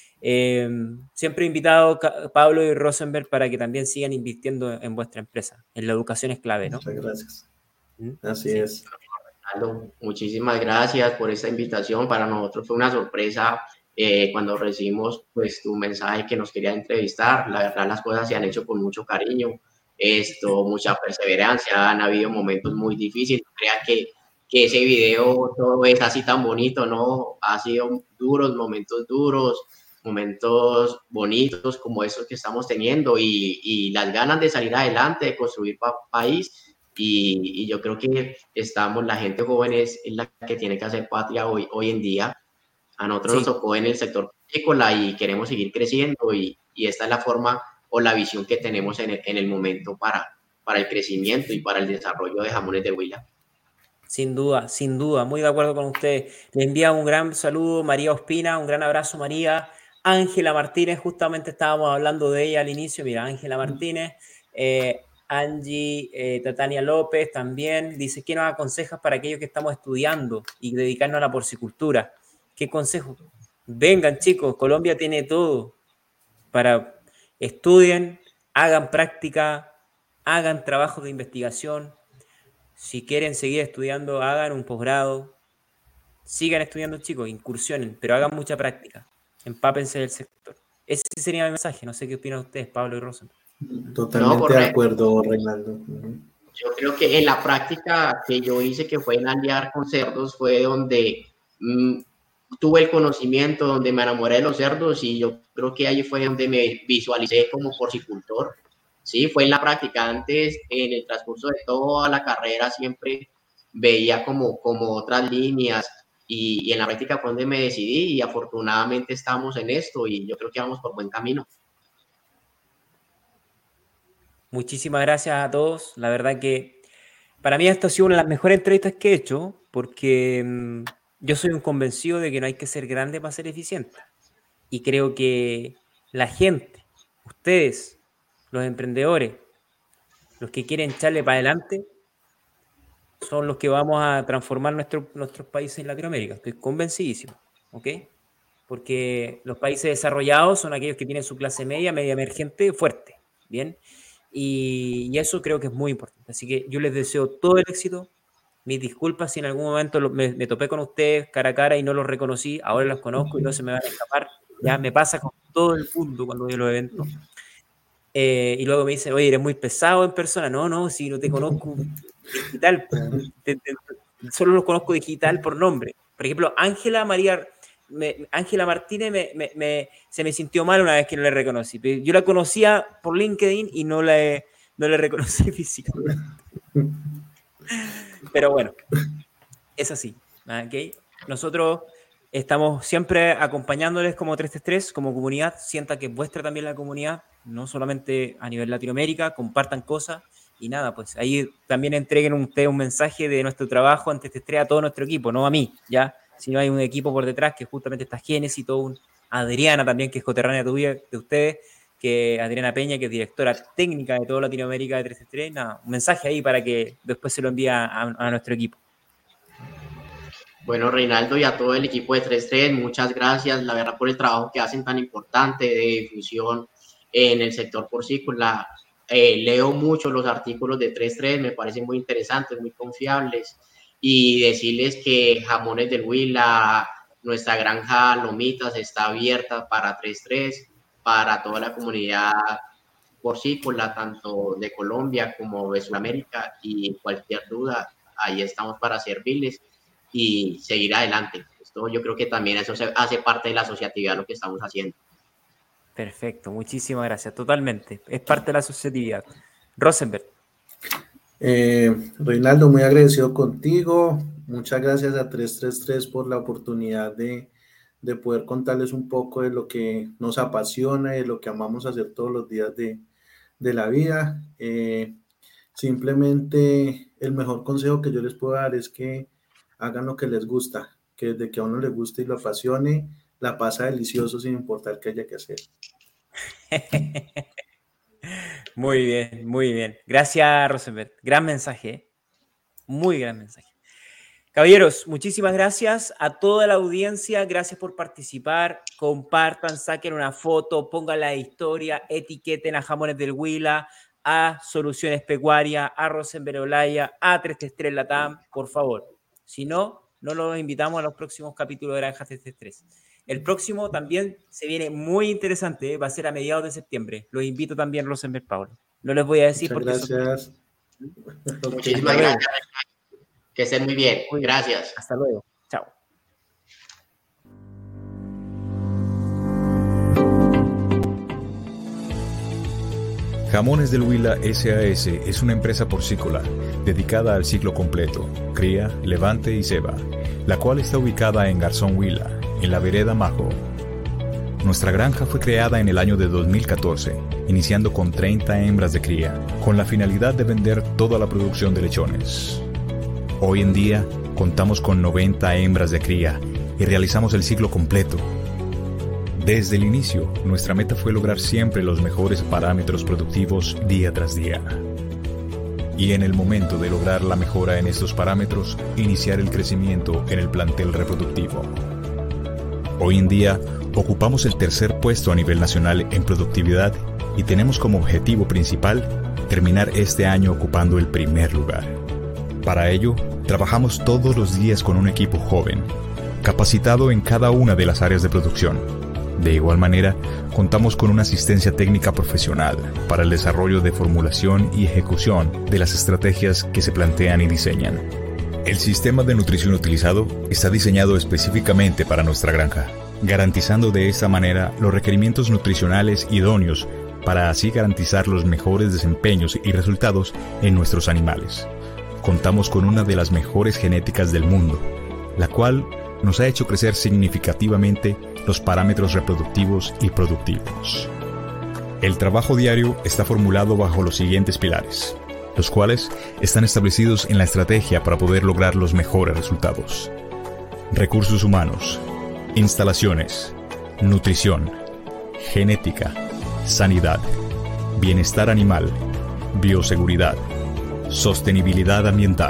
Siempre he invitado a Pablo y Rosenberg para que también sigan invirtiendo en vuestra empresa. En la educación es clave, ¿no? Muchas gracias. Así Sí. es. Aldo, muchísimas gracias por esta invitación. Para nosotros fue una sorpresa cuando recibimos pues tu mensaje que nos quería entrevistar. La verdad las cosas se han hecho con mucho cariño, mucha perseverancia. Han habido momentos muy difíciles. No crean que ese video todo es así tan bonito, ¿no? Ha sido duros, momentos bonitos como estos que estamos teniendo y las ganas de salir adelante, de construir país. Y yo creo que la gente joven es la que tiene que hacer patria hoy en día. A nosotros nos tocó en el sector agrícola y queremos seguir creciendo y esta es la forma o la visión que tenemos en el momento para el crecimiento y para el desarrollo de Jamones de Huila. Sin duda, muy de acuerdo con usted. Le envía un gran saludo María Ospina, un gran abrazo María. Ángela Martínez, justamente estábamos hablando de ella al inicio, mira, Ángela Martínez. Angie, Tatania López también dice, ¿qué nos aconsejas para aquellos que estamos estudiando y dedicarnos a la porcicultura? ¿Qué consejo? Vengan chicos, Colombia tiene todo para estudien, hagan práctica, hagan trabajos de investigación. Si quieren seguir estudiando, hagan un posgrado, sigan estudiando, chicos, incursionen, pero hagan mucha práctica, empápense del sector. Ese sería mi mensaje. No sé qué opinan ustedes, Pablo y Rosen. Totalmente de acuerdo, Reinaldo. Yo creo que en la práctica que yo hice, que fue en aliar con cerdos, fue donde tuve el conocimiento, donde me enamoré de los cerdos, y yo creo que ahí fue donde me visualicé como porcicultor. Sí, fue en la práctica. Antes, en el transcurso de toda la carrera, siempre veía como otras líneas, y en la práctica fue donde me decidí, y afortunadamente estamos en esto, y yo creo que vamos por buen camino. Muchísimas gracias a todos. La verdad que para mí esta ha sido una de las mejores entrevistas que he hecho, porque yo soy un convencido de que no hay que ser grande para ser eficiente. Y creo que la gente, ustedes, los emprendedores, los que quieren echarle para adelante, son los que vamos a transformar nuestros países en Latinoamérica. Estoy convencidísimo, ¿ok? Porque los países desarrollados son aquellos que tienen su clase media emergente, fuerte, ¿bien? Y eso creo que es muy importante. Así que yo les deseo todo el éxito. Mis disculpas si en algún momento me topé con ustedes cara a cara y no los reconocí. Ahora los conozco y no se me van a escapar. Ya me pasa con todo el mundo cuando voy a los eventos. Y luego me dicen, oye, eres muy pesado en persona. No, si no te conozco digital. Solo los conozco digital por nombre. Por ejemplo, Ángela Martínez se me sintió mal una vez que no la reconocí. Yo la conocía por LinkedIn y no la reconocí físicamente. Pero bueno, es así, ¿okay? Nosotros estamos siempre acompañándoles como 333, como comunidad. Sienta que es vuestra también la comunidad, no solamente a nivel Latinoamérica. Compartan cosas y nada, pues ahí también entreguen ustedes un mensaje de nuestro trabajo en 333 a todo nuestro equipo, no a mí, ya. Si no hay un equipo por detrás que justamente está Génesis, Adriana también, que es coterránea de ustedes, que Adriana Peña, que es directora técnica de toda Latinoamérica de 333, nada, un mensaje ahí para que después se lo envíe a nuestro equipo. Bueno, Reinaldo, y a todo el equipo de 333, muchas gracias, la verdad, por el trabajo que hacen tan importante de difusión en el sector porcícola. Leo mucho los artículos de 333, me parecen muy interesantes, muy confiables. Y decirles que Jamones del Huila, nuestra granja Lomitas, está abierta para 333, para toda la comunidad porcícola, tanto de Colombia como de Sudamérica, y cualquier duda, ahí estamos para servirles y seguir adelante. Esto yo creo que también eso hace parte de la asociatividad, lo que estamos haciendo. Perfecto, muchísimas gracias, totalmente. Es parte de la asociatividad. Rosenberg. Reinaldo, muy agradecido contigo. Muchas gracias a 333 por la oportunidad de poder contarles un poco de lo que nos apasiona y de lo que amamos hacer todos los días de la vida. Simplemente el mejor consejo que yo les puedo dar es que hagan lo que les gusta, que desde que a uno le guste y lo apasione, la pasa delicioso sin importar qué haya que hacer. Muy bien, muy bien. Gracias, Rosenberg. Gran mensaje, muy gran mensaje. Caballeros, muchísimas gracias a toda la audiencia. Gracias por participar. Compartan, saquen una foto, pongan la historia, etiqueten a Jamones del Huila, a Soluciones Pecuarias, a Rosenberg Olaya, a 333 Latam, por favor. Si no, no los invitamos a los próximos capítulos de Granja 333. El próximo también se viene muy interesante, ¿eh? Va a ser a mediados de septiembre. Los invito también, Rosenberg, Pablo. No les voy a decir porque... Gracias. Muchísimas gracias. Que estén muy bien. Gracias. Hasta luego. Chao. Jamones del Huila SAS es una empresa porcícola dedicada al ciclo completo, cría, levante y ceba, la cual está ubicada en Garzón Huila, en la vereda Majo. Nuestra granja fue creada en el año de 2014, iniciando con 30 hembras de cría, con la finalidad de vender toda la producción de lechones. Hoy en día contamos con 90 hembras de cría y realizamos el ciclo completo. Desde el inicio, nuestra meta fue lograr siempre los mejores parámetros productivos día tras día. Y en el momento de lograr la mejora en estos parámetros, iniciar el crecimiento en el plantel reproductivo. Hoy en día, ocupamos el tercer puesto a nivel nacional en productividad y tenemos como objetivo principal terminar este año ocupando el primer lugar. Para ello, trabajamos todos los días con un equipo joven, capacitado en cada una de las áreas de producción. De igual manera, contamos con una asistencia técnica profesional para el desarrollo de formulación y ejecución de las estrategias que se plantean y diseñan. El sistema de nutrición utilizado está diseñado específicamente para nuestra granja, garantizando de esta manera los requerimientos nutricionales idóneos para así garantizar los mejores desempeños y resultados en nuestros animales. Contamos con una de las mejores genéticas del mundo, la cual nos ha hecho crecer significativamente los parámetros reproductivos y productivos. El trabajo diario está formulado bajo los siguientes pilares, los cuales están establecidos en la estrategia para poder lograr los mejores resultados: recursos humanos, instalaciones, nutrición, genética, sanidad, bienestar animal, bioseguridad, sostenibilidad ambiental.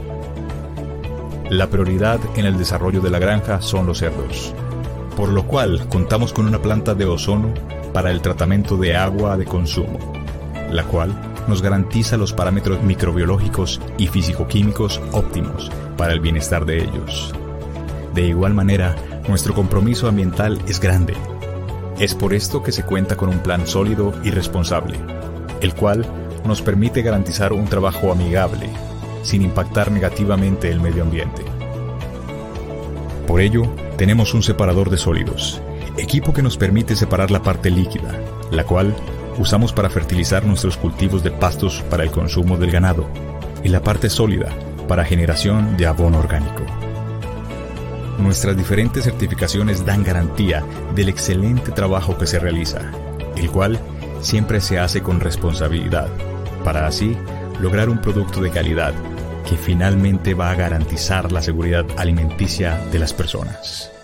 La prioridad en el desarrollo de la granja son los cerdos, por lo cual contamos con una planta de ozono para el tratamiento de agua de consumo, la cual nos garantiza los parámetros microbiológicos y físico-químicos óptimos para el bienestar de ellos. De igual manera, nuestro compromiso ambiental es grande. Es por esto que se cuenta con un plan sólido y responsable, el cual nos permite garantizar un trabajo amigable, sin impactar negativamente el medio ambiente. Por ello, tenemos un separador de sólidos, equipo que nos permite separar la parte líquida, la cual usamos para fertilizar nuestros cultivos de pastos para el consumo del ganado, y la parte sólida para generación de abono orgánico. Nuestras diferentes certificaciones dan garantía del excelente trabajo que se realiza, el cual siempre se hace con responsabilidad, para así lograr un producto de calidad que finalmente va a garantizar la seguridad alimenticia de las personas.